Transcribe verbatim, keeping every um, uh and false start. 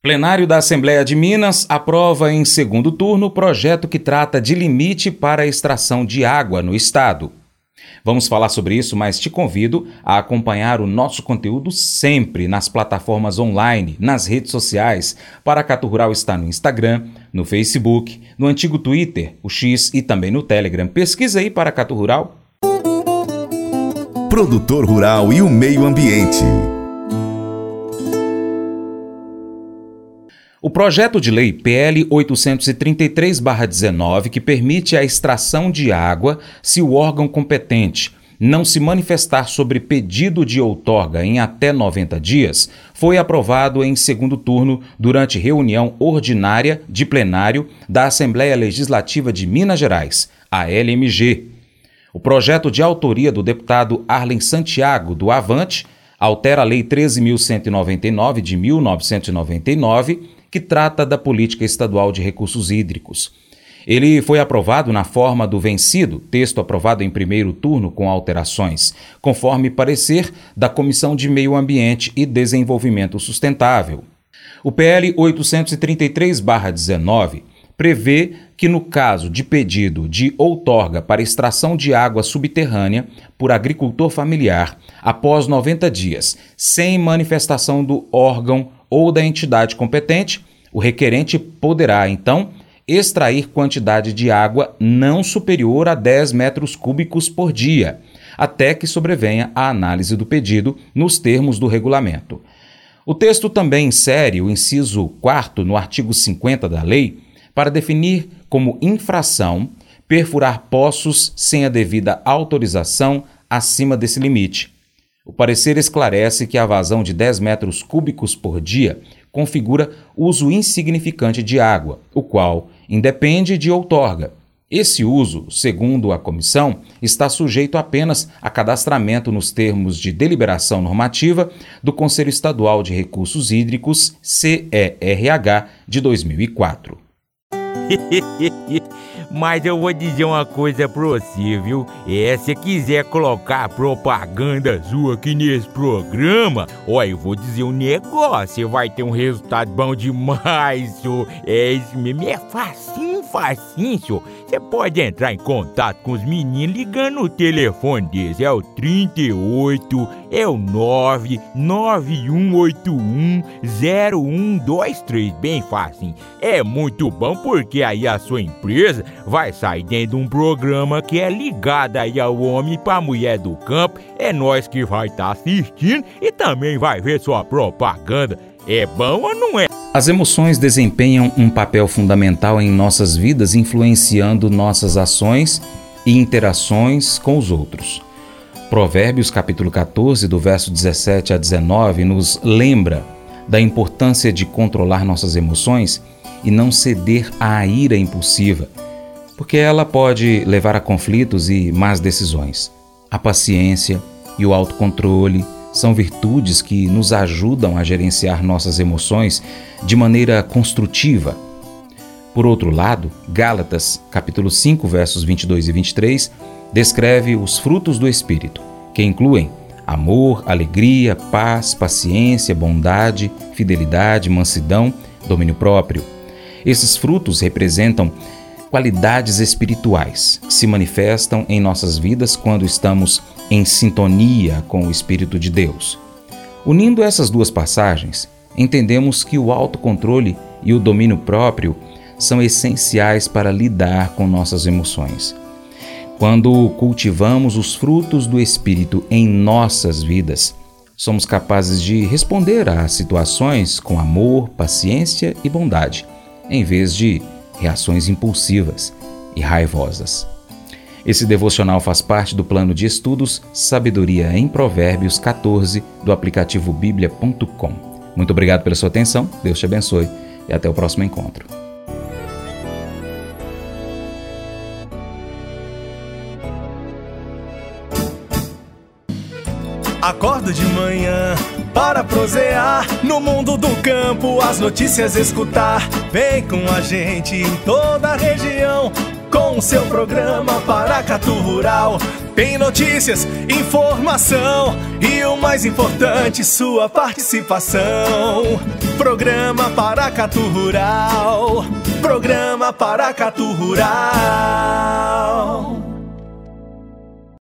Plenário da Assembleia de Minas aprova em segundo turno o projeto que trata de limite para a extração de água no estado. Vamos falar sobre isso, mas te convido a acompanhar o nosso conteúdo sempre nas plataformas online, nas redes sociais. Paracatu Rural está no Instagram, no Facebook, no antigo Twitter, o X e também no Telegram. Pesquisa aí Paracatu Rural. Produtor Rural e o Meio Ambiente. O projeto de lei P L oitocentos e trinta e três barra dezenove, que permite a extração de água se o órgão competente não se manifestar sobre pedido de outorga em até noventa dias, foi aprovado em segundo turno durante reunião ordinária de plenário da Assembleia Legislativa de Minas Gerais, a L M G. O projeto, de autoria do deputado Arlen Santiago, do Avante, altera a Lei treze mil cento e noventa e nove, de mil novecentos e noventa e nove, que trata da Política Estadual de Recursos Hídricos. Ele foi aprovado na forma do vencido, texto aprovado em primeiro turno com alterações, conforme parecer da Comissão de Meio Ambiente e Desenvolvimento Sustentável. O P L oitocentos e trinta e três barra dezenove prevê que, no caso de pedido de outorga para extração de água subterrânea por agricultor familiar, após noventa dias, sem manifestação do órgão ou da entidade competente, o requerente poderá, então, extrair quantidade de água não superior a dez metros cúbicos por dia, até que sobrevenha a análise do pedido nos termos do regulamento. O texto também insere o inciso quarto no artigo cinquenta da lei para definir como infração perfurar poços sem a devida autorização acima desse limite. O parecer esclarece que a vazão de dez metros cúbicos por dia configura uso insignificante de água, o qual independe de outorga. Esse uso, segundo a comissão, está sujeito apenas a cadastramento nos termos de deliberação normativa do Conselho Estadual de Recursos Hídricos, C E R H, de dois mil e quatro. Mas eu vou dizer uma coisa pra você, viu? É, se quiser colocar propaganda sua aqui nesse programa, ó, eu vou dizer um negócio, você vai ter um resultado bom demais, senhor. É isso mesmo, é facinho, facinho, senhor. Você pode entrar em contato com os meninos ligando no telefone deles, é o trinta e oito, é o nove nove um oito um zero um dois três, bem facinho. É muito bom porque aí a sua empresa vai sair dentro de um programa que é ligado aí ao homem para a mulher do campo. É nós que vai estar tá assistindo e também vai ver sua propaganda. É bom ou não é? As emoções desempenham um papel fundamental em nossas vidas, influenciando nossas ações e interações com os outros. Provérbios capítulo catorze, do verso dezessete a dezenove, nos lembra da importância de controlar nossas emoções e não ceder à ira impulsiva, porque ela pode levar a conflitos e más decisões. A paciência e o autocontrole são virtudes que nos ajudam a gerenciar nossas emoções de maneira construtiva. Por outro lado, Gálatas, capítulo cinco, versos vinte e dois e vinte e três, descreve os frutos do Espírito, que incluem amor, alegria, paz, paciência, bondade, fidelidade, mansidão, domínio próprio. Esses frutos representam qualidades espirituais que se manifestam em nossas vidas quando estamos em sintonia com o Espírito de Deus. Unindo essas duas passagens, entendemos que o autocontrole e o domínio próprio são essenciais para lidar com nossas emoções. Quando cultivamos os frutos do Espírito em nossas vidas, somos capazes de responder às situações com amor, paciência e bondade, em vez de reações impulsivas e raivosas. Esse devocional faz parte do plano de estudos Sabedoria em Provérbios catorze do aplicativo bíblia ponto com. Muito obrigado pela sua atenção, Deus te abençoe e até o próximo encontro. Acordo de manhã para prosear no mundo do campo, as notícias escutar. Vem com a gente em toda a região com o seu programa Paracatu Rural. Tem notícias informação e o mais importante, sua participação. Programa Paracatu Rural, Programa Paracatu Rural.